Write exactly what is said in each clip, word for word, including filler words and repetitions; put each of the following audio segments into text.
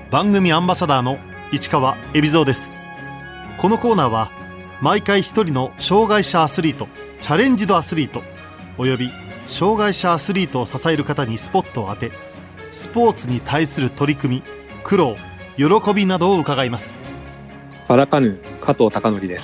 番組アンバサダーの市川海老蔵です。このコーナーは毎回一人の障害者アスリート、チャレンジドアスリートおよび障害者アスリートを支える方にスポットを当て、スポーツに対する取り組み、苦労、喜びなどを伺います。 パラカヌー加藤貴則です。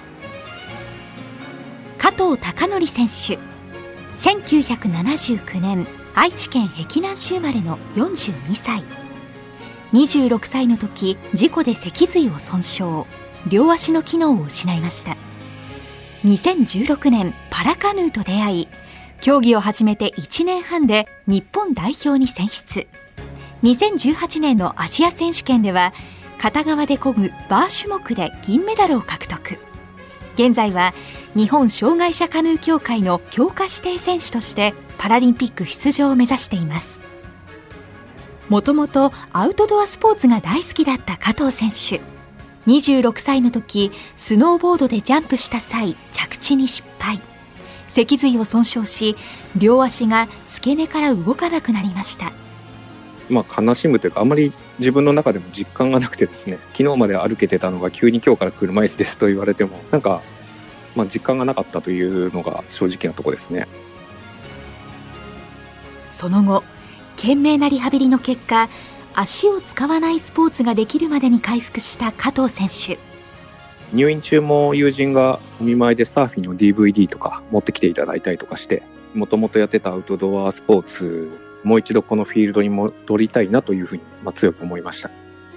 加藤貴則選手、せんきゅうひゃくななじゅうきゅうねん愛知県碧南市生まれのよんじゅうにさい。にじゅうろくさいの時、事故で脊髄を損傷、両足の機能を失いました。にせんじゅうろくねんパラカヌーと出会い、競技を始めていちねんはんで日本代表に選出。にせんじゅうはちねんのアジア選手権では片側で漕ぐバー種目で銀メダルを獲得。現在は日本障害者カヌー協会の強化指定選手としてパラリンピック出場を目指しています。もともとアウトドアスポーツが大好きだった加藤選手。にじゅうろくさいの時、スノーボードでジャンプした際、着地に失敗。脊髄を損傷し、両足が付け根から動かなくなりました。 まあ、悲しむというか、あまり自分の中でも実感がなくてですね、昨日まで歩けてたのが急に今日から車椅子ですと言われても、なんか、まあ、実感がなかったというのが正直なところですね。 その後、懸命なリハビリの結果、足を使わないスポーツができるまでに回復した加藤選手。 入院中も友人がお見舞いでサーフィンの ディーブイディー とか持ってきていただいたりとかして、もともとやってたアウトドアスポーツ、もう一度このフィールドに戻りたいなというふうに、まあ、強く思いました。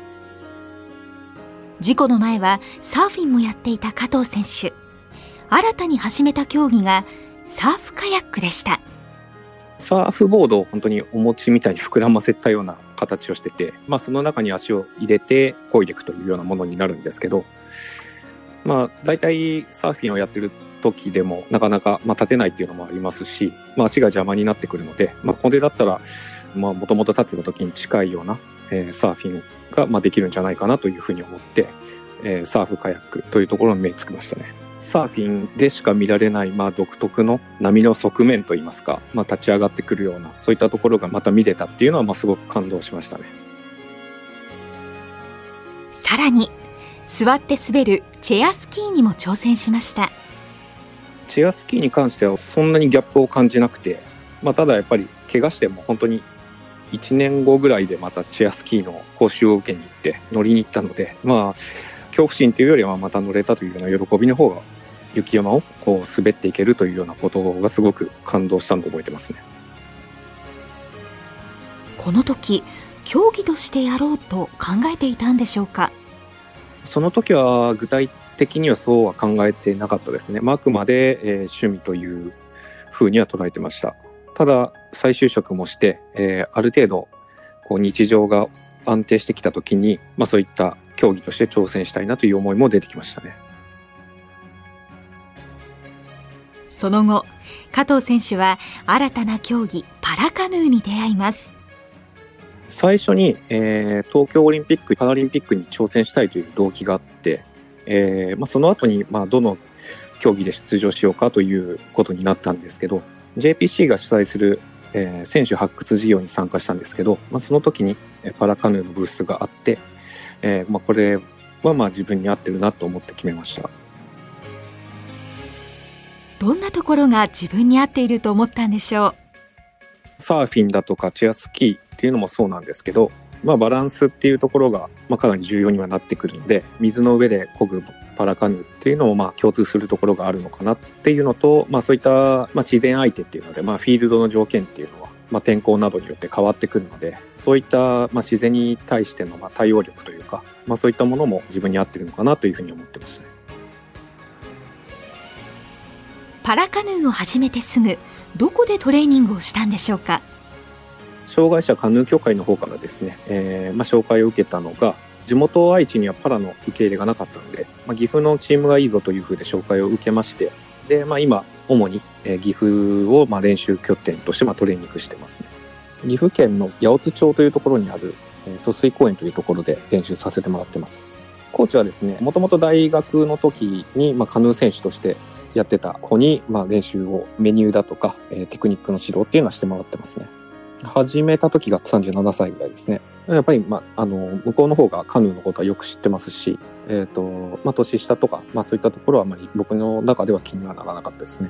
事故の前はサーフィンもやっていた加藤選手。新たに始めた競技がサーフカヤックでした。 サーフボードを本当にお餅みたいに膨らませたような形をしてて、まあその中に足を入れて漕いでいくというようなものになるんですけど、まあ大体サーフィンをやってる時でもなかなかまあ立てないっていうのもありますし、まあ足が邪魔になってくるので、まあこれだったらまあもともと立ってた時に近いような、えー、サーフィンがまあできるんじゃないかなというふうに思って、えー、サーフカヤックというところに目つけましたね。サーフィンでしか見られない、まあ、独特の波の側面といいますか、まあ、立ち上がってくるようなそういったところがまた見れたっていうのは、まあ、すごく感動しましたね。 さらに座って滑るチェアスキーにも挑戦しました。 チェアスキーに関してはそんなにギャップを感じなくて、まあ、ただやっぱり怪我しても本当にいちねんごぐらいでまたチェアスキーの講習を受けに行って乗りに行ったので、まあ恐怖心というよりはまた乗れたというような喜びの方が、雪山をこう滑っていけるというようなことがすごく感動したのを覚えてますね。 この時、競技としてやろうと考えていたんでしょうか。 その時は具体的にはそうは考えてなかったですね。まあ、あくまで、えー、趣味というふうには捉えてました。ただ再就職もして、えー、ある程度こう日常が安定してきた時に、まあ、そういった競技として挑戦したいなという思いも出てきましたね。 その後、加藤選手は新たな競技パラカヌーに出会います。 最初に、えー、東京オリンピックパラリンピックに挑戦したいという動機があって、えーまあ、その後に、まあ、どの競技で出場しようかということになったんですけど、 ジェーピーシー が主催する、えー、選手発掘事業に参加したんですけど、まあ、その時にパラカヌーのブースがあって、えーまあ、これはまあ自分に合ってるなと思って決めました。 どんなところが自分に合っていると思ったんでしょう。サーフィンだとかチェアスキーっていうのもそうなんですけど、まあ、バランスっていうところが、まあ、かなり重要にはなってくるので、水の上で漕ぐパラカヌーっていうのもまあ共通するところがあるのかなっていうのと、まあ、そういったまあ自然相手っていうので、まあ、フィールドの条件っていうのはまあ天候などによって変わってくるので、そういったまあ自然に対してのまあ対応力というか、まあ、そういったものも自分に合ってるのかなというふうに思ってますね。 パラカヌーを始めてすぐ、どこでトレーニングをしたんでしょうか。 障害者カヌー協会の方からですね、えーまあ、紹介を受けたのが、地元愛知にはパラの受け入れがなかったので、まあ、岐阜のチームがいいぞというふうで紹介を受けまして、で、まあ、今主に、えー、岐阜をまあ練習拠点としてまあトレーニングしてますね。岐阜県の八百津町というところにある、えー、疎水公園というところで練習させてもらってます。コーチはですね、もともと大学の時にまあカヌー選手としてやってた子にまあ練習をメニューだとか、えー、テクニックの指導っていうのはしてもらってますね。 始めた時がさんじゅうななさいぐらいですね。やっぱり、まあ、あの、向こうの方がカヌーのことはよく知ってますし、えっと、まあ、年下とか、まあ、そういったところはあまり僕の中では気にはならなかったですね。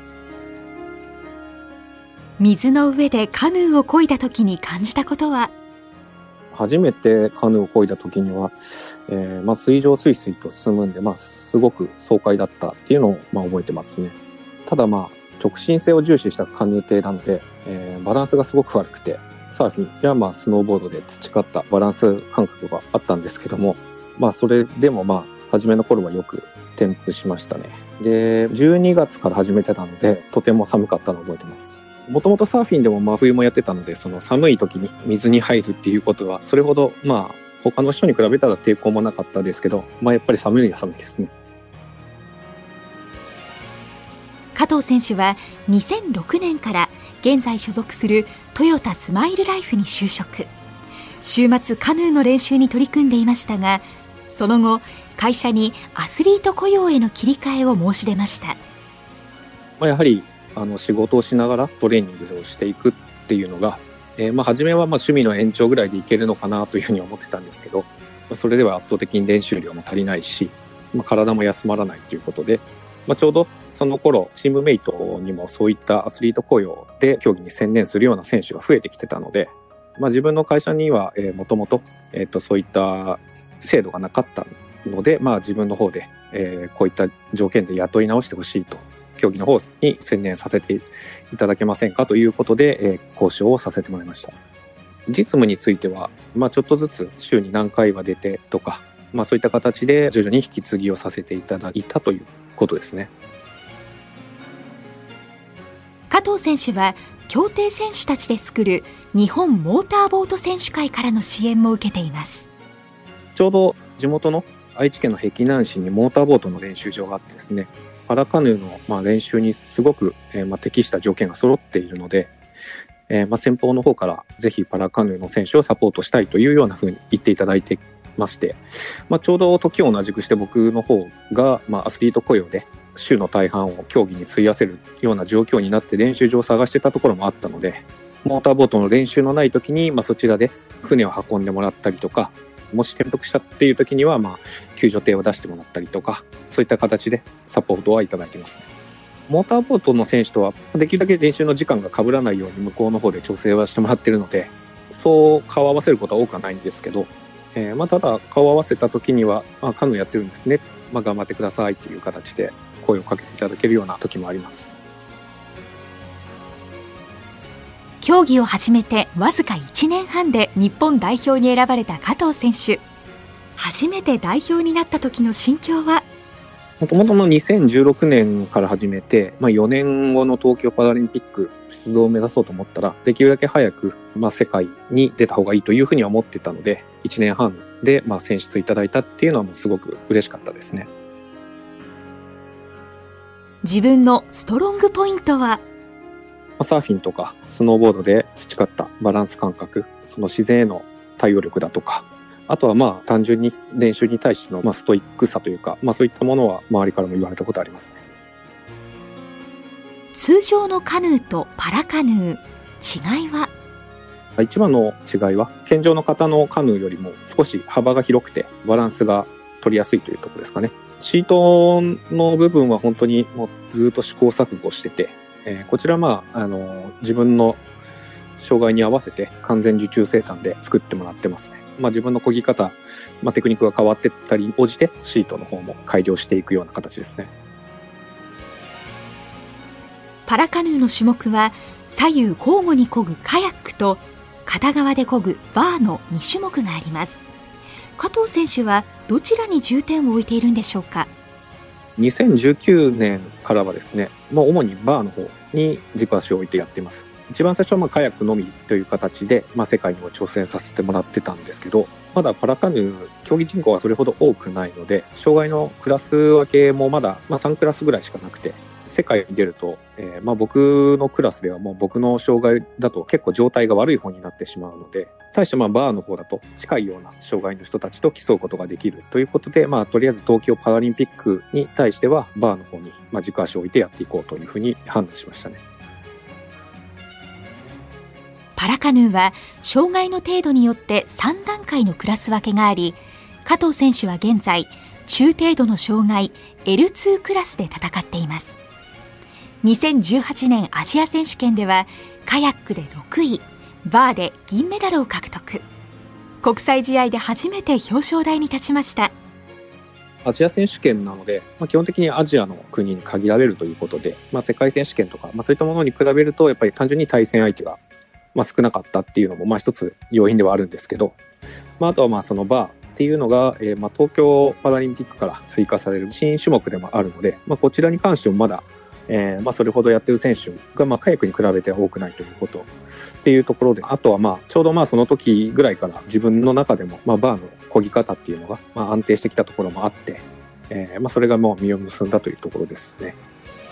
水の上でカヌーを漕いだ時に感じたことは？ 初めてカヌーを漕いだ時には、えー、まあ、水上スイスイと進むんで、まあ、すごく爽快だったっていうのを、まあ、覚えてますね。ただまあ、直進性を重視したカヌー艇なので、えー、バランスがすごく悪くて、サーフィンやまあスノーボードで培ったバランス感覚があったんですけども、まあそれでもまあ初めの頃はよく転覆しましたね。で、じゅうにがつから始めてたので、とても寒かったのを覚えてます。もともとサーフィンでも真冬もやってたので、その寒い時に水に入るっていうことは、それほどまあ他の人に比べたら抵抗もなかったですけど、まあやっぱり寒いは寒いですね。 加藤選手はにせんろくねんから現在所属するトヨタスマイルライフに就職。週末カヌーの練習に取り組んでいましたが、その後会社にアスリート雇用への切り替えを申し出ました。 まあ、やはりあの仕事をしながらトレーニングをしていくっていうのが、えー、まあ初めはまあ趣味の延長ぐらいでいけるのかなというふうに思ってたんですけど、それでは圧倒的に練習量も足りないし、まあ、体も休まらないということで、まあ、ちょうどその頃チームメイトにもそういったアスリート雇用で競技に専念するような選手が増えてきてたので、まあ、自分の会社にはもともとそういった制度がなかったので、まあ、自分の方で、えー、こういった条件で雇い直してほしいと、競技の方に専念させていただけませんかということで、えー、交渉をさせてもらいました。実務については、まあ、ちょっとずつ週に何回は出てとか、まあ、そういった形で徐々に引き継ぎをさせていただいたということですね。 加藤選手は競艇選手たちで作る日本モーターボート選手会からの支援も受けています。 ちょうど地元の愛知県の碧南市にモーターボートの練習場があってですね、パラカヌーのまあ練習にすごく、えー、まあ適した条件が揃っているので、えー、まあ先方の方からぜひパラカヌーの選手をサポートしたいというような風に言っていただいてまして、まあ、ちょうど時を同じくして僕の方がまあアスリート雇用で週の大半を競技に費やせるような状況になって練習場を探してたところもあったので、モーターボートの練習のない時に、まあ、そちらで船を運んでもらったりとか、もし転覆したっていう時には、まあ、救助艇を出してもらったりとか、そういった形でサポートはいただいてますね。モーターボートの選手とはできるだけ練習の時間が被らないように向こうの方で調整はしてもらってるので、そう顔を合わせることは多くはないんですけど、えー、まあただ顔を合わせた時には、あ、カヌーやってるんですね、まあ、頑張ってくださいという形で声をかけていただけるような時もあります。 競技を始めてわずかいちねんはんで日本代表に選ばれた加藤選手。初めて代表になった時の心境は？ もともとのにせんじゅうろくねんから始めて、まあ、よねんごの東京パラリンピック出場を目指そうと思ったら、できるだけ早く、まあ、世界に出た方がいいというふうには思ってたので、いちねんはんで、まあ、選出いただいたっていうのはもうすごく嬉しかったですね。 自分のストロングポイントは？ サーフィンとかスノーボードで培ったバランス感覚、その自然への対応力だとか、あとはまあ単純に練習に対してのまあストイックさというか、まあそういったものは周りからも言われたことありますね。 通常のカヌーとパラカヌー、違いは？ 一番の違いは、健常の方のカヌーよりも少し幅が広くてバランスが取りやすいというところですかね。シートの部分は本当にもうずっと試行錯誤してて、えー、こちらはまあ、あの、自分の障害に合わせて完全受注生産で作ってもらってますね。まあ自分の漕ぎ方、まあテクニックが変わっていったりに応じてシートの方も改良していくような形ですね。 パラカヌーの種目は左右交互に漕ぐカヤックと片側で漕ぐバーのに種目があります。加藤選手はどちらに重点を置いているんでしょうか？ にせんじゅうきゅうねんからはですね、まあ、主にバーの方に軸足を置いてやっています。一番最初はまあカヤックのみという形で、まあ、世界にも挑戦させてもらってたんですけど、まだパラカヌー競技人口はそれほど多くないので、障害のクラス分けもまだまあさんクラスぐらいしかなくて、世界に出ると、えー、まあ僕のクラスではもう僕の障害だと結構状態が悪い方になってしまうので、対してまあバーの方だと近いような障害の人たちと競うことができるということで、まあとりあえず東京パラリンピックに対してはバーの方にまあ軸足を置いてやっていこうというふうに判断しましたね。 パラカヌーは障害の程度によってさん段階のクラス分けがあり、加藤選手は現在中程度の障害 エルツー クラスで戦っています。にせんじゅうはちねんアジア選手権ではカヤックでろくい、バーで銀メダルを獲得。国際試合で初めて表彰台に立ちました。 アジア選手権なので、まあ、基本的にアジアの国に限られるということで、まあ、世界選手権とか、まあ、そういったものに比べるとやっぱり単純に対戦相手がまあ少なかったっていうのもまあ一つ要因ではあるんですけど、まあ、あとはまあそのバーっていうのが、えー、まあ東京パラリンピックから追加される新種目でもあるので、まあ、こちらに関してもまだ、えー、まあそれほどやってる選手がまあカヤックに比べて多くないということっていうところで、あとはまあちょうどまあその時ぐらいから自分の中でもまあバーの漕ぎ方っていうのがまあ安定してきたところもあって、えー、まあそれがもう実を結んだというところですね。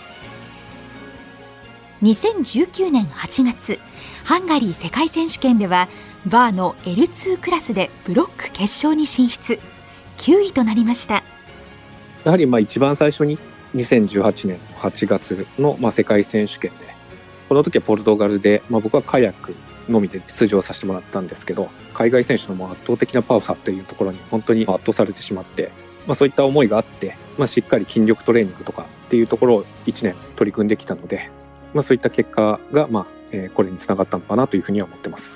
にせんじゅうきゅうねんはちがつ、ハンガリー世界選手権ではバーの エルツー クラスでブロック決勝に進出、きゅういとなりました。 やはりまあ一番最初ににせんじゅうはちねんのはちがつのまあ世界選手権で、この時はポルトガルで、まあ、僕はカヤックのみで出場させてもらったんですけど、海外選手のもう圧倒的なパワーというところに本当に圧倒されてしまって、まあ、そういった思いがあって、まあ、しっかり筋力トレーニングとかっていうところをいちねん取り組んできたので、まあ、そういった結果が、まあえー、これにつながったのかなというふうには思ってます。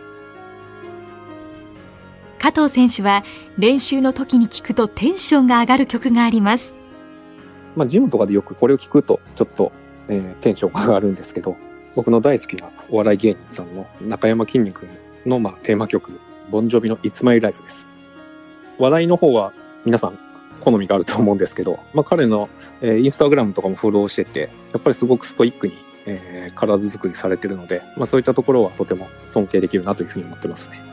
加藤選手は練習の時に聴くとテンションが上がる曲があります。 まあ、ジムとかでよくこれを聞くとちょっと、えー、テンションが上がるんですけど、僕の大好きなお笑い芸人さんの中山きんに君の、まあ、テーマ曲、ボンジョビの It's My Life です。笑いの方は皆さん好みがあると思うんですけど、まあ、彼の、えー、インスタグラムとかもフォローしてて、やっぱりすごくストイックに、えー、体作りされてるので、まあ、そういったところはとても尊敬できるなというふうに思ってますね。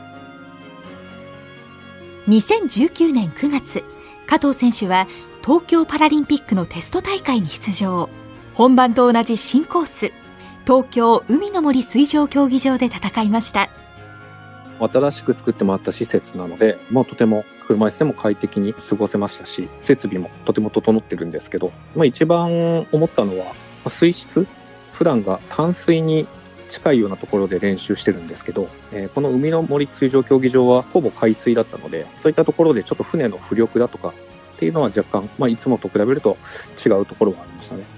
にせんじゅうきゅうねんくがつ、加藤選手は東京パラリンピックのテスト大会に出場。本番と同じ新コース、東京海の森水上競技場で戦いました。 新しく作ってもらった施設なので、まあ、とても車椅子でも快適に過ごせましたし、設備もとても整ってるんですけど、まあ、一番思ったのは水質。普段が淡水に近いようなところで練習してるんですけど、えー、この海の森水上競技場はほぼ海水だったので、そういったところでちょっと船の浮力だとかっていうのは若干、まあ、いつもと比べると違うところがありましたね。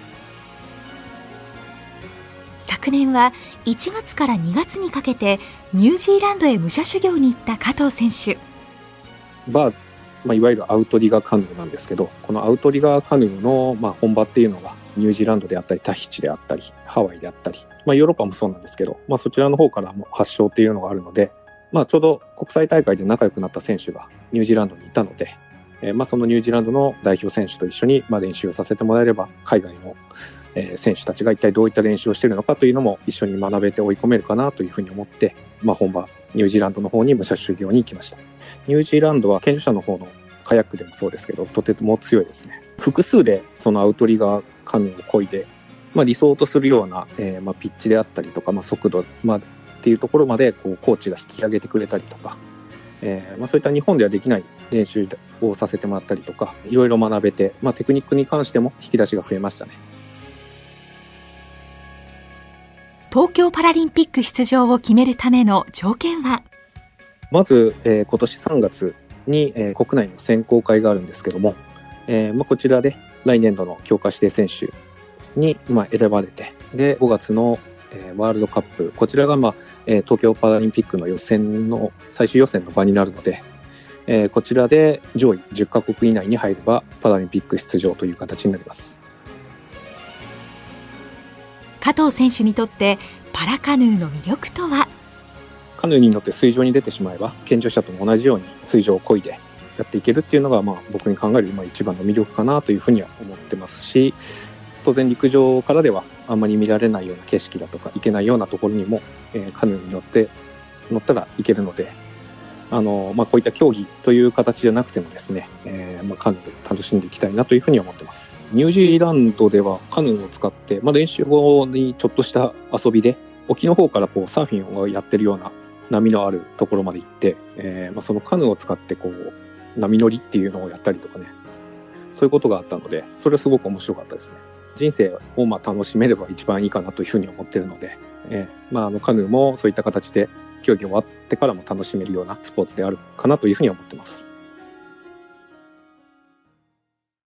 昨年はいちがつからにがつにかけてニュージーランドへ武者修行に行った加藤選手。 バー、まあ、いわゆるアウトリガーカヌーなんですけど、このアウトリガーカヌーの、まあ、本場っていうのがニュージーランドであったりタヒチであったりハワイであったり、まあ、ヨーロッパもそうなんですけど、まあ、そちらの方からも発祥っていうのがあるので、まあ、ちょうど国際大会で仲良くなった選手がニュージーランドにいたので、えー、まあそのニュージーランドの代表選手と一緒にまあ練習をさせてもらえれば、海外のえー、選手たちが一体どういった練習をしているのかというのも一緒に学べて追い込めるかなというふうに思って、まあ、本場ニュージーランドの方に武者修行に行きました。ニュージーランドは健常者の方のカヤックでもそうですけど、とても強いですね。複数でそのアウトリガーカヌーを漕いで、まあ、理想とするような、えー、まあピッチであったりとか、まあ、速度、まあ、っていうところまでこうコーチが引き上げてくれたりとか、えーまあ、そういった日本ではできない練習をさせてもらったりとか、いろいろ学べて、まあ、テクニックに関しても引き出しが増えましたね。 東京パラリンピック出場を決めるための条件は、 まず、えー、今年さんがつに、えー、国内の選考会があるんですけども、えーまあ、こちらで来年度の強化指定選手に、まあ、選ばれて、でごがつの、えー、ワールドカップ、こちらが、まあえー、東京パラリンピックの予選の最終予選の場になるので、えー、こちらで上位じゅっかこく以内に入ればパラリンピック出場という形になります。 加藤選手にとってパラカヌーの魅力とは。 カヌーに乗って水上に出てしまえば、健常者とも同じように水上を漕いでやっていけるっていうのが、まあ、僕に考える今一番の魅力かなというふうには思ってますし、当然陸上からではあんまり見られないような景色だとか行けないようなところにも、えー、カヌーに乗って乗ったら行けるので、あの、まあ、こういった競技という形じゃなくてもですね、えーまあ、カヌーで楽しんでいきたいなというふうに思ってます。ニュージーランドではカヌーを使って、まあ、練習後にちょっとした遊びで沖の方からこうサーフィンをやってるような波のあるところまで行って、えーまあ、そのカヌーを使ってこう波乗りっていうのをやったりとかね、そういうことがあったので、それはすごく面白かったですね。人生をまあ楽しめれば一番いいかなというふうに思ってるので、 えー、まあ、あの、カヌーもそういった形で競技終わってからも楽しめるようなスポーツであるかなというふうに思ってます。